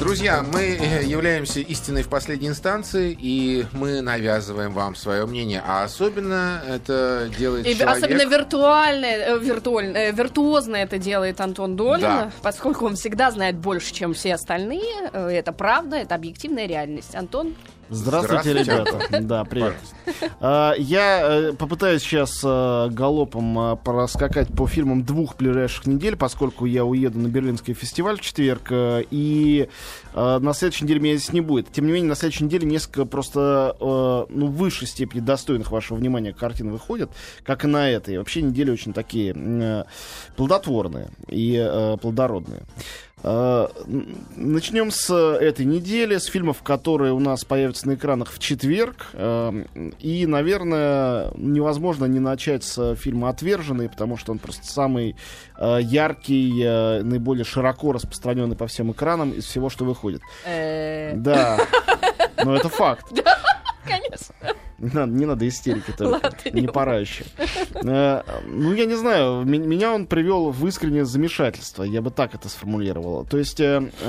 Друзья, мы являемся истиной в последней инстанции, и мы навязываем вам свое мнение. А особенно это делает человек... Особенно виртуозно это делает Антон Долин, да. Поскольку он всегда знает больше, чем все остальные. Это правда, это объективная реальность. Антон? Здравствуйте, ребята. Да, привет. Я попытаюсь сейчас галопом проскакать по фильмам 2 ближайших недель, поскольку я уеду на Берлинский фестиваль в четверг, и на следующей неделе меня здесь не будет. Тем не менее, на следующей неделе несколько просто в высшей степени достойных вашего внимания картин выходят, как и на этой. Вообще недели очень такие плодотворные и плодородные. Начнем с этой недели, с фильмов, которые у нас появятся на экранах в четверг. И, наверное, невозможно не начать с фильма «Отверженные», потому что он просто самый яркий, наиболее широко распространенный по всем экранам из всего, что выходит. Да, но это факт. Конечно. Не надо истерики только. Не пора еще. Я не знаю, меня он привел в искреннее замешательство. Я бы так это сформулировал. То есть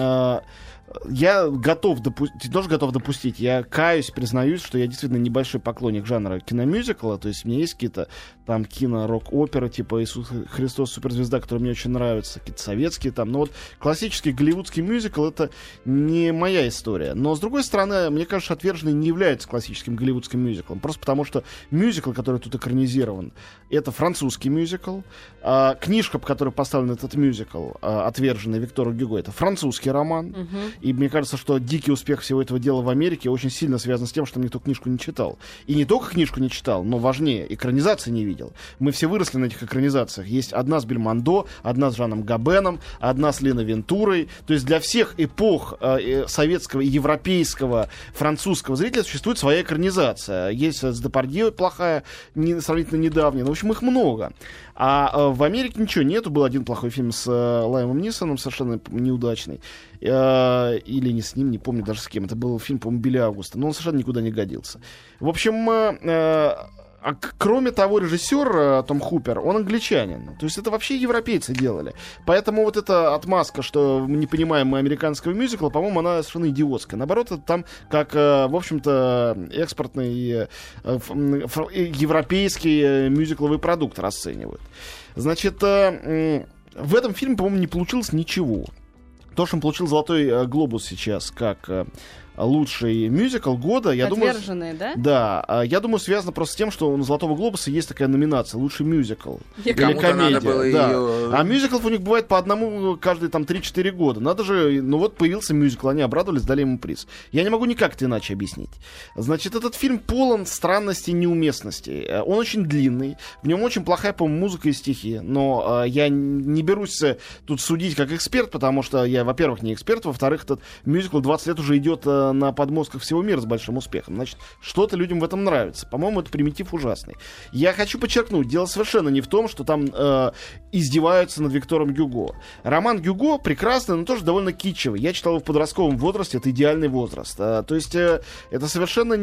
я тоже готов допустить. Я каюсь, признаюсь, что я действительно небольшой поклонник жанра киномюзикла. То есть у меня есть какие-то там кино-рок-оперы, типа «Иисус Христос, суперзвезда», которые мне очень нравятся, какие-то советские там. Но вот классический голливудский мюзикл — это не моя история. Но, с другой стороны, мне кажется, «Отверженный» не является классическим голливудским мюзиклом. Просто потому, что мюзикл, который тут экранизирован, это французский мюзикл. Книжка, по которой поставлен этот мюзикл, «Отверженный» Виктора Гюго, это французский роман. И мне кажется, что дикий успех всего этого дела в Америке очень сильно связан с тем, что никто книжку не читал. И не только книжку не читал, но важнее, экранизации не видел. Мы все выросли на этих экранизациях. Есть одна с Бельмондо, одна с Жаном Габеном, одна с Леной Вентурой. То есть для всех эпох советского, европейского, французского зрителя существует своя экранизация. Есть с Депардье плохая, сравнительно недавняя. Но, в общем, их много. А в Америке ничего нету. Был один плохой фильм с Лаймом Нисоном, совершенно неудачный. Или не с ним, не помню даже с кем. Это был фильм, по-моему, Билли Аугуста. Но он совершенно никуда не годился. В общем, кроме того, режиссер Том Хупер, он англичанин. То есть это вообще европейцы делали. Поэтому вот эта отмазка, что мы не понимаем мы американского мюзикла, по-моему, она совершенно идиотская. Наоборот, это там как, в общем-то, экспортный европейский мюзикловый продукт расценивают. Значит, в этом фильме, по-моему, не получилось ничего. То, что он получил «Золотой глобус» сейчас как лучший мюзикл года, я думаю... «Отверженные», да? Да. Я думаю, связано просто с тем, что у «Золотого глобуса» есть такая номинация «Лучший мюзикл». Или комедия. Надо было ее... А мюзиклов у них бывает по одному каждые там 3-4 года. Надо же... Ну вот появился мюзикл, они обрадовались, дали ему приз. Я не могу никак это иначе объяснить. Значит, этот фильм полон странностей и неуместностей. Он очень длинный. В нем очень плохая, по-моему, музыка и стихи. Но я не берусь тут судить как эксперт, потому что я, во-первых, не эксперт, во-вторых, этот мюзикл 20 лет уже идет на подмостках всего мира с большим успехом. Значит, что-то людям в этом нравится. По-моему, это примитив ужасный. Я хочу подчеркнуть, дело совершенно не в том, что там издеваются над Виктором Гюго. Роман Гюго прекрасный, но тоже довольно китчевый. Я читал его в подростковом возрасте, это идеальный возраст. То есть это совершенно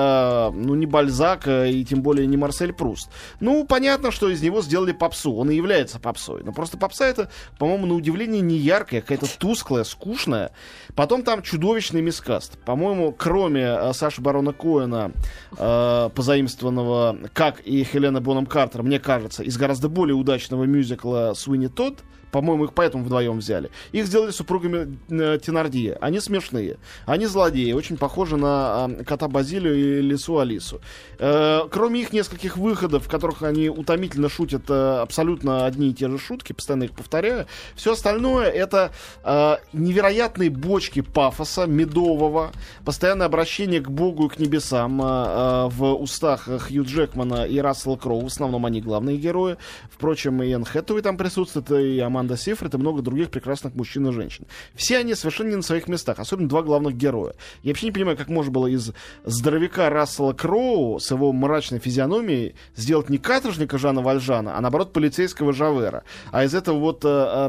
не Бальзак и тем более не Марсель Пруст. Ну, понятно, что из него сделали попсу. Он и является попсой. Но просто попса это, по-моему, на удивление не яркая, какая-то тусклая, скучная. Потом там чудовищный мискаст. По-моему, кроме Саши Барона Коэна, позаимствованного, как и Хелена Бонем Картер, мне кажется, из гораздо более удачного мюзикла «Суини Тодд», по-моему, их поэтому вдвоем взяли. Их сделали супругами Тенардье. Они смешные. Они злодеи. Очень похожи на кота Базилию и лису Алису. Кроме их нескольких выходов, в которых они утомительно шутят абсолютно одни и те же шутки, постоянно их повторяю, все остальное это невероятные бочки пафоса медового, постоянное обращение к Богу и к небесам в устах Хью Джекмана и Рассела Кроу. В основном они главные герои. Впрочем, и Энн Хэтэуэй там присутствует, и Аманда Сейфрид, и много других прекрасных мужчин и женщин. Все они совершенно не на своих местах, особенно два главных героя. Я вообще не понимаю, как можно было из здоровяка Рассела Кроу с его мрачной физиономией сделать не каторжника Жана Вальжана, а наоборот полицейского Жавера. А из этого вот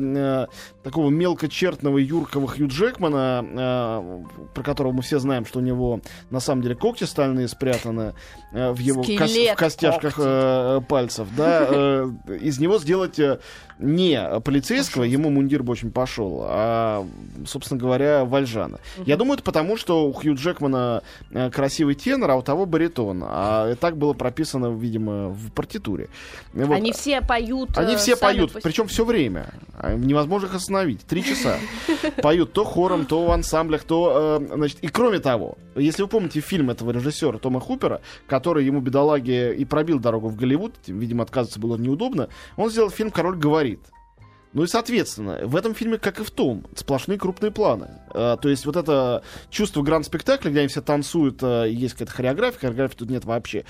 такого мелкочертного юркого Хью Джекмана, про которого мы все знаем, что у него на самом деле когти стальные спрятаны в его в костяшках пальцев, да, из него сделать не полицейского полицейского, ему мундир бы очень пошел, а, собственно говоря, Вальжана. Я думаю, это потому, что у Хью Джекмана красивый тенор, а у того баритон. А так было прописано, видимо, в партитуре. Вот. Они все поют. Они все поют, причем все время. Невозможно их остановить. 3 часа. Поют то хором, то в ансамблях, то... значит, и кроме того, если вы помните фильм этого режиссера Тома Хупера, который ему, бедолаге, и пробил дорогу в Голливуд, видимо, отказываться было неудобно, он сделал фильм «Король говорит». Ну и, соответственно, в этом фильме, как и в том, сплошные крупные планы. То есть вот это чувство гранд-спектакля, где они все танцуют, есть какая-то хореографии тут нет вообще.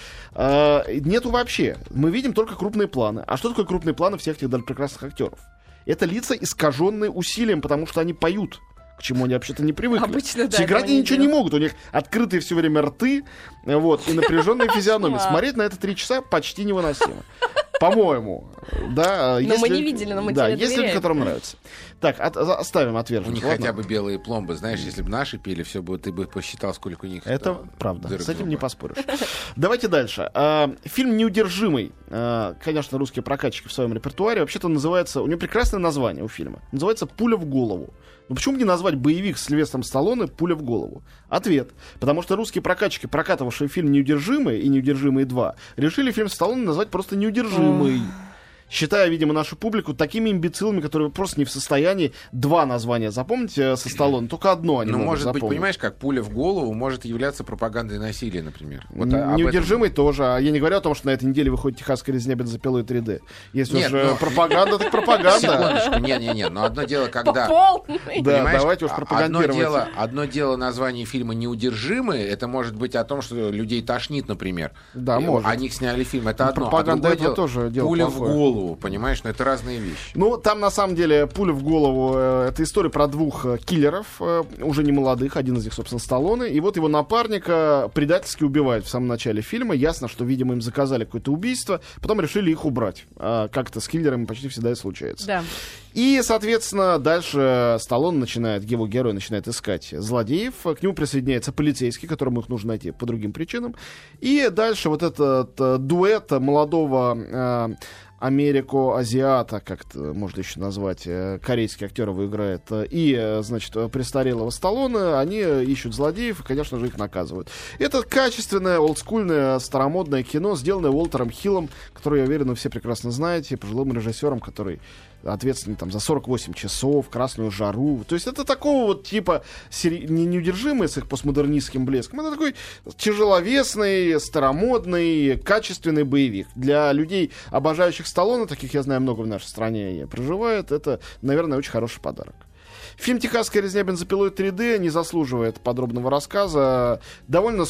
Нету вообще. Мы видим только крупные планы. А что такое крупные планы всех этих даже прекрасных актеров? Это лица, искаженные усилием, потому что они поют, к чему они вообще-то не привыкли. Обычно, да, играть они ничего не могут. У них открытые все время рты, вот, и напряженные физиономии. Смотреть на это 3 часа почти невыносимо. По-моему, да. Но мы не видели, но мы тебе доверяем. Есть люди, которым нравится. Так, оставим отверженных. У них хотя бы белые пломбы. Знаешь, если бы наши пели, все бы ты бы посчитал, сколько у них. Это правда. С этим не поспоришь. Давайте дальше. Фильм «Неудержимый». Конечно, русские прокатчики в своем репертуаре. Вообще-то называется... У него прекрасное название у фильма. Называется «Пуля в голову». Ну почему бы не назвать боевик с Сильвестром Сталлоне «Пуля в голову»? Ответ. Потому что русские прокатчики, прокатывавшие фильм «Неудержимый» и «Неудержимые 2», решили фильм Сталлоне назвать просто «Неудержимый». Считая, видимо, нашу публику такими имбецилами, которые просто не в состоянии 2 названия запомнить со Сталлоне, только одно они могут может запомнить. быть, понимаешь, как «Пуля в голову» может являться пропагандой насилия, например. Вот «Неудержимый» тоже. А я не говорю о том, что на этой неделе выходит «Техасская резня бензопилой 3D». Если уж пропаганда, так пропаганда. Секундочку, не-не-не, но одно дело, когда... Да, давайте уж пропагандировать. Одно дело название фильма «Неудержимый», это может быть о том, что людей тошнит, например. Да, может. О них сняли фильм, это одно. Пропаганда это тоже дело «Пуля плохое. в голову», понимаешь, но это разные вещи. Ну, там, на самом деле, «Пуля в голову» — это история про 2 киллеров, уже не молодых, один из них, собственно, Сталлоне, и вот его напарника предательски убивают в самом начале фильма. Ясно, что, видимо, им заказали какое-то убийство, потом решили их убрать. Как это с киллерами почти всегда и случается. Да. И, соответственно, дальше Сталлоне его герой начинает искать злодеев, к нему присоединяется полицейский, которому их нужно найти по другим причинам, и дальше вот этот дуэт молодого Америко-азиата, как это можно еще назвать, корейский актер его играет, и, значит, престарелого Сталлоне, они ищут злодеев и, конечно же, их наказывают. Это качественное, олдскульное, старомодное кино, сделанное Уолтером Хиллом, который, я уверен, вы все прекрасно знаете, пожилым режиссером, который ответственный там за 48 часов, «Красную жару». То есть это такого вот типа «Неудержимый» с их постмодернистским блеском. Это такой тяжеловесный, старомодный, качественный боевик. Для людей, обожающих Сталлоне, таких я знаю много в нашей стране проживает, это, наверное, очень хороший подарок. Фильм «Техасская резня бензопилой 3D» не заслуживает подробного рассказа. Довольно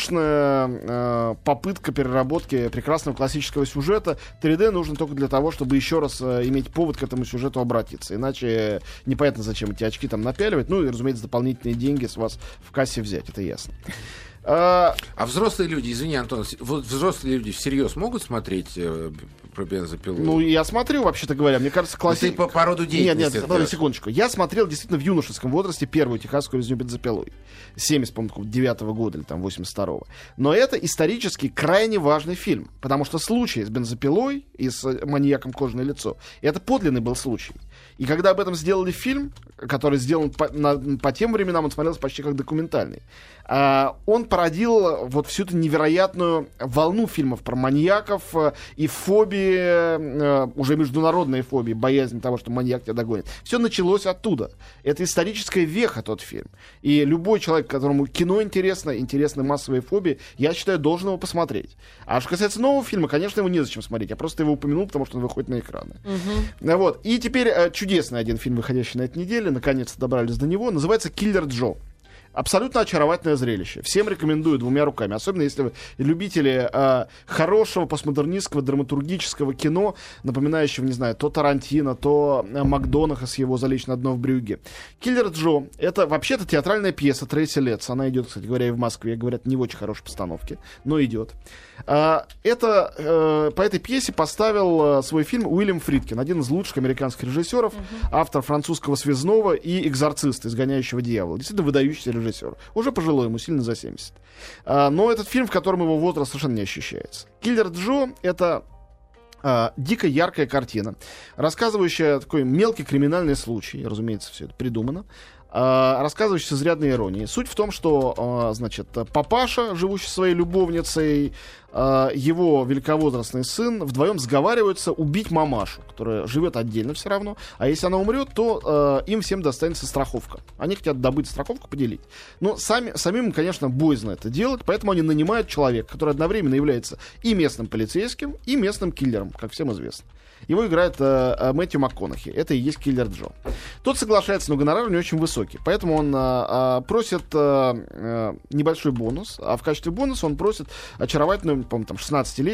скучная попытка переработки прекрасного классического сюжета. 3D нужно только для того, чтобы еще раз иметь повод к этому сюжету обратиться. Иначе непонятно, зачем эти очки там напяливать. Ну и, разумеется, дополнительные деньги с вас в кассе взять. Это ясно. А взрослые люди, извини, Антон, вот взрослые люди всерьез могут смотреть про бензопилу? Ну, я смотрю, вообще-то говоря, мне кажется, Ты по роду деятельности. Нет, секундочку. Я смотрел действительно в юношеском возрасте первую «Техасскую резню бензопилой». 79-го года или там 82-го. Но это исторически крайне важный фильм, потому что случай с бензопилой и с маньяком «Кожаное лицо» это подлинный был случай. И когда об этом сделали фильм, который сделан по тем временам, он смотрелся почти как документальный, он породил вот всю эту невероятную волну фильмов про маньяков и фобии, уже международные фобии, боязнь того, что маньяк тебя догонит. Все началось оттуда. Это историческая веха, тот фильм. И любой человек, которому кино интересно, интересны массовые фобии, я считаю, должен его посмотреть. А что касается нового фильма, конечно, его незачем смотреть. Я просто его упомянул, потому что он выходит на экраны. Вот. И теперь чудесный один фильм, выходящий на этой неделе, наконец-то добрались до него, называется «Киллер Джо». Абсолютно очаровательное зрелище. Всем рекомендую 2 руками. Особенно, если вы любители хорошего постмодернистского драматургического кино, напоминающего, не знаю, то Тарантино, то Макдонаха с его «Залечь на дно в брюгге». «Киллер Джо» — это вообще-то театральная пьеса Трейси Летс. Она идет, кстати говоря, и в Москве. Говорят, не в очень хорошей постановке, но идет. По этой пьесе поставил свой фильм Уильям Фридкин, один из лучших американских режиссеров, автор «Французского связного» и «Экзорциста», «Изгоняющего дьявола». Действительно выдающийся режиссер. Уже пожилой, ему сильно за 70. Но этот фильм, в котором его возраст совершенно не ощущается. «Киллер Джо» — это дико яркая картина, рассказывающая такой мелкий криминальный случай, разумеется, все это придумано, рассказывающий с изрядной иронией. Суть в том, что, значит, папаша, живущий со своей любовницей, его великовозрастный сын вдвоем сговариваются убить мамашу, которая живет отдельно все равно, а если она умрет, то им всем достанется страховка. Они хотят добыть страховку, поделить. Но самим, конечно, боязно это делать, поэтому они нанимают человека, который одновременно является и местным полицейским, и местным киллером, как всем известно. Его играет Мэтью МакКонахи. Это и есть Киллер Джо. Тот соглашается, но гонорар у него очень высокий. Поэтому он просит небольшой бонус. А в качестве бонуса он просит очаровательную, по-моему, там,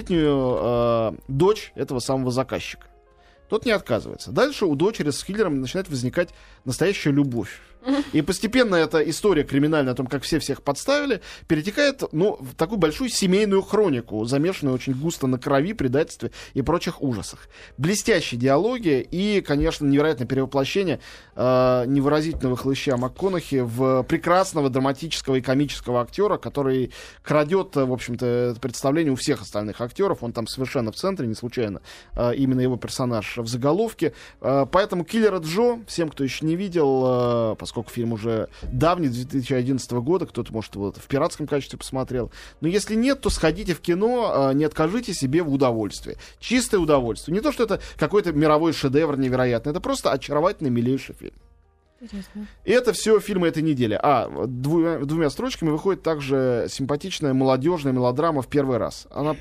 16-летнюю дочь этого самого заказчика. Тот не отказывается. Дальше у дочери с киллером начинает возникать настоящая любовь. И постепенно эта история криминальная о том, как все всех подставили, перетекает, в такую большую семейную хронику, замешанную очень густо на крови, предательстве и прочих ужасах. Блестящие диалоги и, конечно, невероятное перевоплощение невыразительного хлыща МакКонахи в прекрасного драматического и комического актера, который крадет, в общем-то, это представление у всех остальных актеров. Он там совершенно в центре, не случайно именно его персонаж в заголовке. Поэтому Киллера Джо, всем, кто еще не видел, поскольку фильм уже давний, 2011 года, кто-то, может, его в пиратском качестве посмотрел. Но если нет, то сходите в кино, не откажите себе в удовольствии. Чистое удовольствие. Не то, что это какой-то мировой шедевр невероятный, это просто очаровательный, милейший фильм. Интересно. И это все фильмы этой недели. Двумя строчками выходит также симпатичная молодежная мелодрама «В первый раз». Она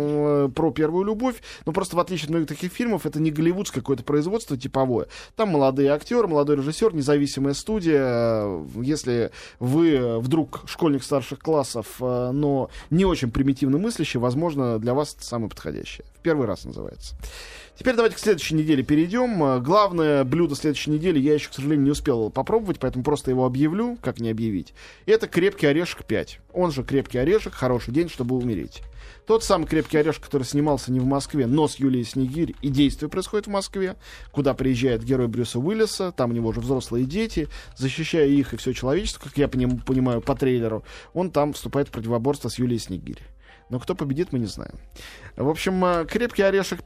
про первую любовь, но просто в отличие от многих таких фильмов, это не голливудское какое-то производство типовое. Там молодые актеры, молодой режиссер, независимая студия. Если вы вдруг школьник старших классов, но не очень примитивно мыслящий, возможно, для вас это самое подходящее. «В первый раз» называется. Теперь давайте к следующей неделе перейдем. Главное блюдо следующей недели я еще, к сожалению, не успел попробовать, поэтому просто его объявлю, как не объявить. Это «Крепкий орешек 5». Он же «Крепкий орешек. Хороший день, чтобы умереть». Тот самый «Крепкий орешек», который снимался не в Москве, но с Юлией Снегирь, и действие происходит в Москве, куда приезжает герой Брюса Уиллиса, там у него уже взрослые дети, защищая их и все человечество, как я понимаю по трейлеру, он там вступает в противоборство с Юлией Снегирь. Но кто победит, мы не знаем. В общем, «Крепкий орешек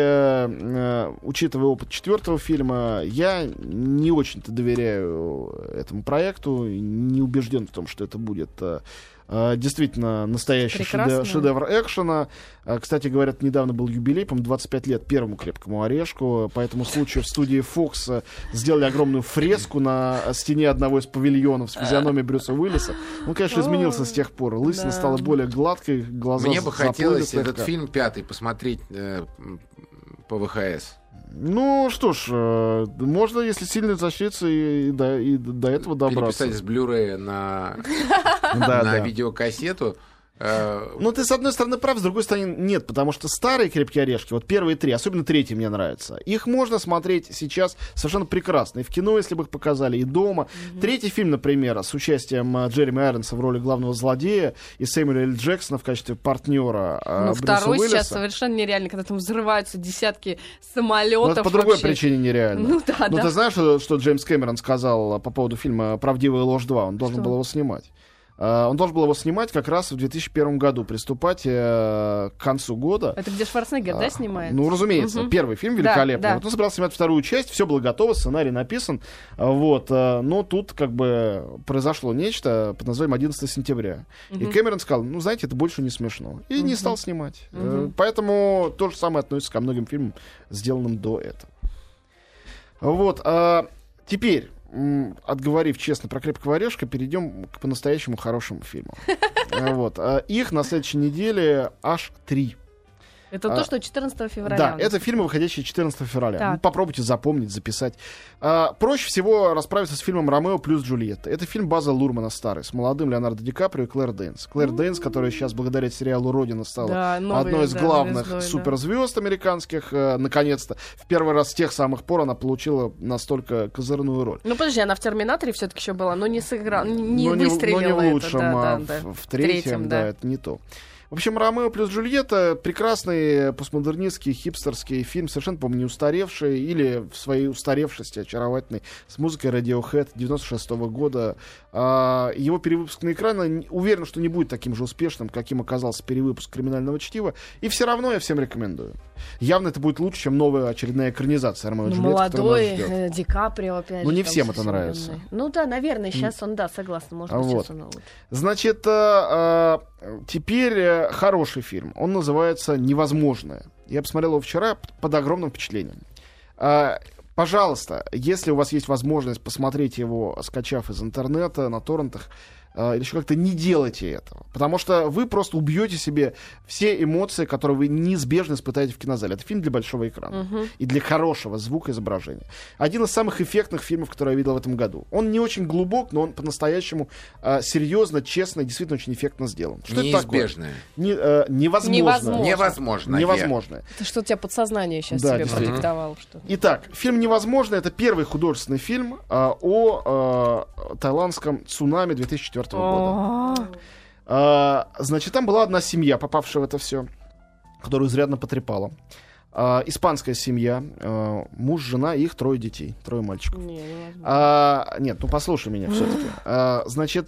5», учитывая опыт 4-го фильма, я не очень-то доверяю этому проекту, не убежден в том, что это будет действительно настоящий шедевр экшена. Кстати, говорят, недавно был юбилей, по-моему, 25 лет первому «Крепкому орешку». По этому случаю в студии Fox сделали огромную фреску на стене одного из павильонов с физиономией Брюса Уиллиса. Он, конечно, изменился с тех пор. Лысина стала более гладкой, глаза Мне бы хотелось этот фильм 5-й посмотреть по ВХС. Ну, что ж, можно, если сильно изощриться, и до этого добраться. Переписать с Blu-ray на видеокассету. Ну, ты, с одной стороны, прав, с другой стороны, нет, потому что старые «Крепкие орешки», вот первые 3, особенно 3 мне нравятся, их можно смотреть сейчас совершенно прекрасно. И в кино, если бы их показали, и дома. 3-й фильм, например, с участием Джереми Айронса в роли главного злодея и Сэмюэля Л. Джексона в качестве партнера Брюса Уиллиса. Сейчас совершенно нереально, когда там взрываются десятки самолетов. Но это по другой причине нереально. Ну, да, ты знаешь, что Джеймс Кэмерон сказал по поводу фильма «Правдивая ложь 2»? Он должен был его снимать. Он должен был его снимать как раз в 2001 году, приступать к концу года. Это где Шварценеггер, да, снимает? Ну, разумеется. Первый фильм великолепный. Да. Вот он собирался снимать вторую часть, все было готово, сценарий написан. Но тут как бы произошло нечто под названием 11 сентября. И Кэмерон сказал, знаете, это больше не смешно. И не стал снимать. Поэтому то же самое относится ко многим фильмам, сделанным до этого. Вот. Теперь... отговорив честно про «Крепкого орешка», перейдем к по-настоящему хорошим фильмам. Их на следующей неделе аж 3. Это то, что 14 февраля. Да, это фильмы, выходящие 14 февраля. Попробуйте запомнить, записать. Проще всего расправиться с фильмом «Ромео плюс Джульетта». Это фильм База Лурмана старый, с молодым Леонардо Ди Каприо и Клэр Дэйнс. Клэр Дэйнс, которая сейчас благодаря сериалу «Родина» стала одной из главных суперзвезд американских. Наконец-то, в первый раз с тех самых пор она получила настолько козырную роль. Ну, подожди, она в «Терминаторе» все-таки еще была, но не сыграла, не выстрелила. Но не в лучшем, в третьем, да, это не то. В общем, «Ромео плюс Джульетта» — прекрасный постмодернистский, хипстерский фильм, совершенно, по-моему, не устаревший или в своей устаревшести очаровательный, с музыкой Radiohead 96-го года. Его перевыпуск на экраны, уверен, что не будет таким же успешным, каким оказался перевыпуск «Криминального чтива», и все равно я всем рекомендую. Явно это будет лучше, чем новая очередная экранизация «Ромео и Джульетта», которая нас ждет. Ди Каприо, опять же. Не всем это нравится. Ну да, наверное, сейчас он, согласна, может быть, сейчас он лучше. Значит, теперь хороший фильм. Он называется «Невозможное». Я посмотрел его вчера под огромным впечатлением. Пожалуйста, если у вас есть возможность посмотреть его, скачав из интернета, на торрентах, или еще как-то, не делайте этого. Потому что вы просто убьете себе все эмоции, которые вы неизбежно испытаете в кинозале. Это фильм для большого экрана. И для хорошего звукоизображения. Один из самых эффектных фильмов, которые я видел в этом году. Он не очень глубок, но он по-настоящему серьезно, честно, действительно очень эффектно сделан. Что неизбежное. Это такое? Невозможное. Невозможное. Это что у тебя подсознание сейчас да, тебе продиктовало? Что... Итак, фильм «Невозможное» — это первый художественный фильм о таиландском цунами 2004 года. Значит, там была одна семья, попавшая в это все, которую изрядно потрепала. Испанская семья, муж, жена и их 3 детей, 3 мальчиков. Нет, ну послушай меня все-таки. Значит,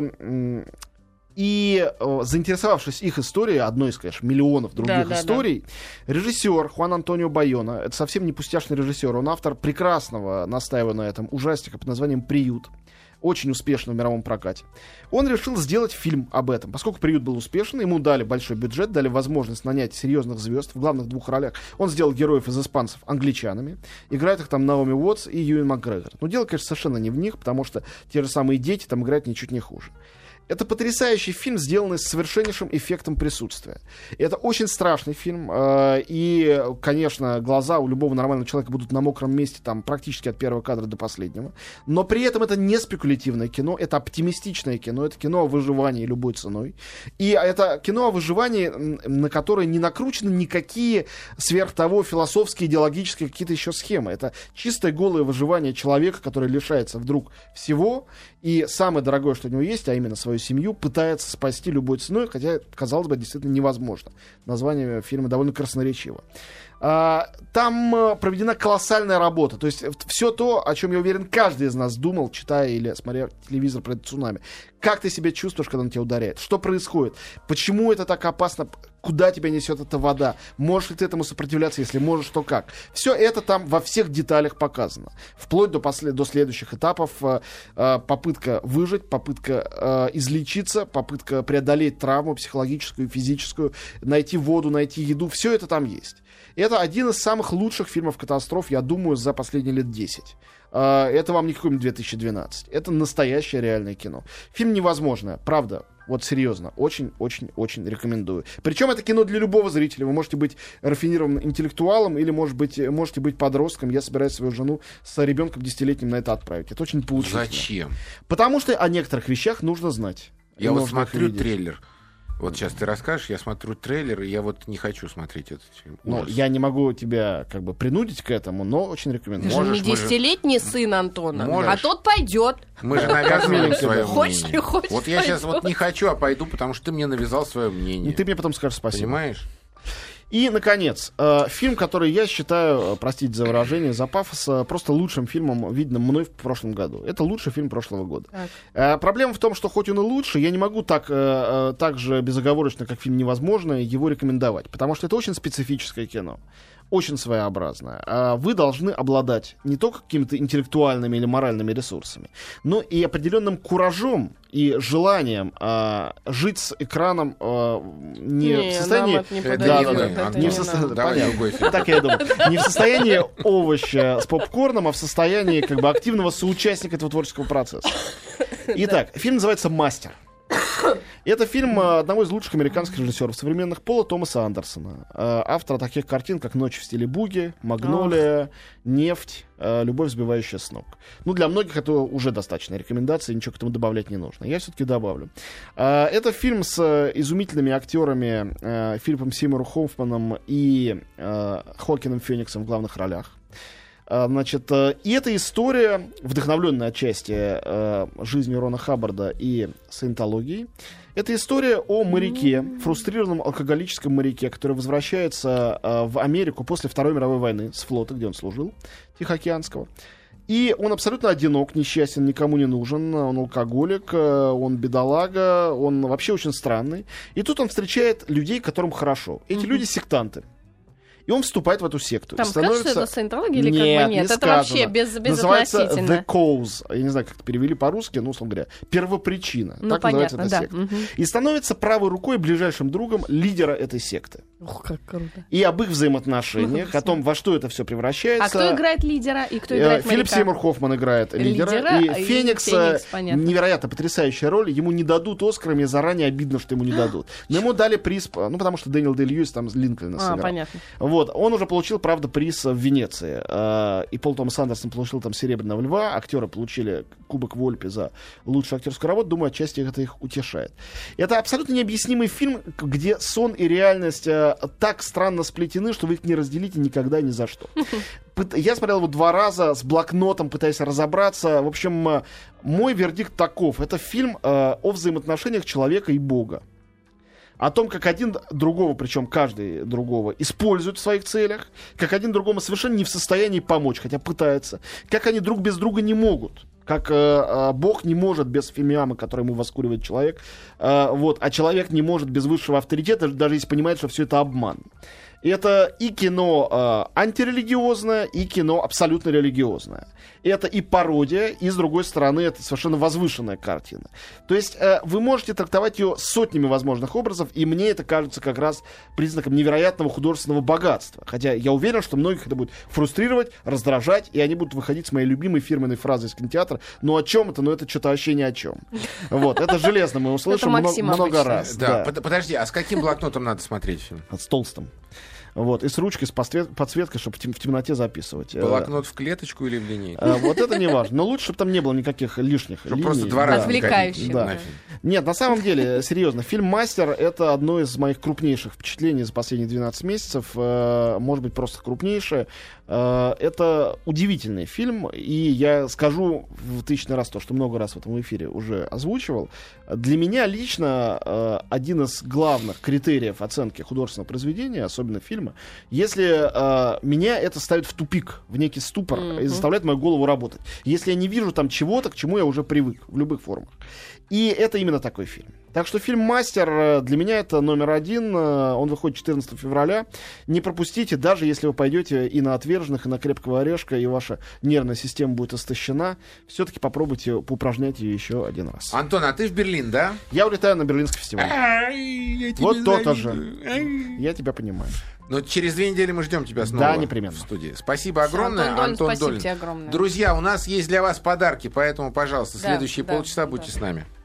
и заинтересовавшись их историей, одной из, конечно, миллионов других историй, режиссер Хуан Антонио Байона, это совсем не пустяшный режиссер, он автор прекрасного, настаиваю на этом, ужастика под названием «Приют», очень успешно в мировом прокате. Он решил сделать фильм об этом. Поскольку «Приют» был успешен, ему дали большой бюджет, дали возможность нанять серьезных звезд в главных 2 ролях. Он сделал героев из испанцев англичанами. Играют их там Наоми Уотс и Юэн Макгрегор. Но дело, конечно, совершенно не в них, потому что те же самые дети там играют ничуть не хуже. Это потрясающий фильм, сделанный с совершеннейшим эффектом присутствия. Это очень страшный фильм. И, конечно, глаза у любого нормального человека будут на мокром месте там практически от первого кадра до последнего. Но при этом это не спекулятивное кино, это оптимистичное кино, это кино о выживании любой ценой. И это кино о выживании, на которое не накручены никакие сверх того философские, идеологические какие-то еще схемы. Это чистое голое выживание человека, который лишается вдруг всего, и самое дорогое, что у него есть, а именно свою семью, пытается спасти любой ценой, хотя, казалось бы, действительно невозможно. Название фильма довольно красноречиво. Там проведена колоссальная работа. То есть все то, о чем, я уверен, каждый из нас думал, читая или смотря телевизор про это цунами. Как ты себя чувствуешь, когда он тебя ударяет? Что происходит? Почему это так опасно? Куда тебя несет эта вода? Можешь ли ты этому сопротивляться? Если можешь, то как? Все это там во всех деталях показано. Вплоть до следующих этапов. Попытка выжить, попытка излечиться, попытка преодолеть травму психологическую и физическую, найти воду, найти еду. Все это там есть. Это один из самых лучших фильмов катастроф, я думаю, за последние лет 10. Это вам не какой-нибудь 2012. Это настоящее реальное кино. Фильм «Невозможное». Правда, вот серьезно, очень-очень-очень рекомендую. Причем это кино для любого зрителя. Вы можете быть рафинированным интеллектуалом или, можете быть подростком. Я собираюсь свою жену с ребенком 10-летним на это отправить. Это очень поучительно. Зачем? Потому что о некоторых вещах нужно знать. Я вот смотрю трейлер. Вот сейчас ты расскажешь, я смотрю трейлер, и я вот не хочу смотреть этот фильм. Ну, я не могу тебя как бы принудить к этому, но очень рекомендую. Ты же не 10-летний сын Антона, а тот пойдет. Мы же навязываем свое мнение. Хочешь, не хочешь, вот я сейчас вот не хочу, а пойду, потому что ты мне навязал свое мнение. И ты мне потом скажешь спасибо. Понимаешь? И, наконец, фильм, который я считаю, простите за выражение, за пафос, просто лучшим фильмом, видным мной в прошлом году. Это лучший фильм прошлого года. Проблема в том, что хоть он и лучший, я не могу так же безоговорочно, как фильм «Невозможное», его рекомендовать. Потому что это очень специфическое кино. Очень своеобразная. Вы должны обладать не только какими-то интеллектуальными или моральными ресурсами, но и определенным куражом и желанием жить с экраном не в состоянии... Так я думаю. Не в состоянии овоща с попкорном, а в состоянии как бы активного соучастника этого творческого процесса. Итак, фильм называется «Мастер». Это фильм одного из лучших американских режиссеров современных, Пола Томаса Андерсона. Автора таких картин, как «Ночь в стиле буги», «Магнолия», «Нефть», «Любовь, сбивающая с ног». Ну, для многих это уже достаточная рекомендация, ничего к этому добавлять не нужно. Я все-таки добавлю. Это фильм с изумительными актерами Филиппом Сеймуром Хоффманом и Хоакином Фениксом в главных ролях. Значит, и эта история, вдохновленная отчасти жизнью Рона Хаббарда и саентологией, это история о моряке, фрустрированном алкоголическом моряке, который возвращается в Америку после Второй мировой войны с флота, где он служил, Тихоокеанского. И он абсолютно одинок, несчастен, никому не нужен, он алкоголик, он бедолага, он вообще очень странный. И тут он встречает людей, которым хорошо. Эти люди сектанты. И он вступает в эту секту. Там становится... скажут, что это саентология или нет, как бы нет? Не это сказано. Вообще безотносительно. Называется The Cause. Я не знаю, как это перевели по-русски, но, условно говоря, первопричина. Ну, так понятно, называется эта секта. И становится правой рукой, ближайшим другом лидера этой секты. Ох, как круто. И об их взаимоотношениях, о том, во что это все превращается. А кто играет лидера и кто играет моряка? Филипп Сеймур Хоффман играет лидера. И Феникс невероятно потрясающая роль. Ему не дадут Оскара, мне заранее обидно, что ему не дадут. Но ему дали приз, ну, потому что Дэниел Дэй-Льюис там Линкольна сыграл. Понятно. Вот, он уже получил, правда, приз в Венеции. И Пол Томас Андерсон получил там «Серебряного льва». Актеры получили Кубок Вольпе за лучшую актерскую работу. Думаю, отчасти это их утешает. Это абсолютно необъяснимый фильм, где сон и реальность так странно сплетены, что вы их не разделите никогда ни за что. Я смотрел его 2 раза с блокнотом, пытаясь разобраться. В общем, мой вердикт таков. Это фильм о взаимоотношениях человека и Бога. О том, как один другого, причем каждый другого, использует в своих целях, как один другому совершенно не в состоянии помочь, хотя пытается, как они друг без друга не могут. Как Бог не может без фимиама, который ему воскуривает человек, а человек не может без высшего авторитета, даже если понимает, что все это обман. Это и кино антирелигиозное, и кино абсолютно религиозное. Это и пародия, и, с другой стороны, это совершенно возвышенная картина. То есть вы можете трактовать ее сотнями возможных образов, и мне это кажется как раз признаком невероятного художественного богатства. Хотя я уверен, что многих это будет фрустрировать, раздражать, и они будут выходить с моей любимой фирменной фразой из кинотеатра: ну о чем это? Ну это что-то вообще ни о чем. Вот, это железно мы услышим много раз. Да, подожди, а с каким блокнотом надо смотреть фильм? С толстым. Вот, и с ручкой, с подсветкой, чтобы в темноте записывать. Блокнот в клеточку или в линейку? Вот это не важно. Но лучше, чтобы там не было никаких лишних линий. Просто 2 раза. Отвлекающих. Да. Нет, на самом деле, серьезно, фильм «Мастер» — это одно из моих крупнейших впечатлений за последние 12 месяцев. Может быть, просто крупнейшее. Это удивительный фильм. И я скажу в 1000-й раз то, что много раз в этом эфире уже озвучивал. Для меня лично один из главных критериев оценки художественного произведения, особенно фильма, если меня это ставит в тупик, в некий ступор, и заставляет мою голову работать. Если я не вижу там чего-то, к чему я уже привык в любых формах. И это именно такой фильм. Так что фильм «Мастер» для меня это номер 1. Он выходит 14 февраля. Не пропустите, даже если вы пойдете и на «Отверженных», и на «Крепкого орешка», и ваша нервная система будет истощена, все-таки попробуйте поупражнять ее еще один раз. Антон, а ты в Берлин, да? Я улетаю на Берлинский фестиваль. Вот то-то же. Я тебя понимаю. Но через 2 недели мы ждем тебя снова. Да, непременно. В студии. Спасибо огромное, Антон Долин. Спасибо тебе огромное. Друзья, у нас есть для вас подарки, поэтому, пожалуйста, следующие полчаса будьте с нами.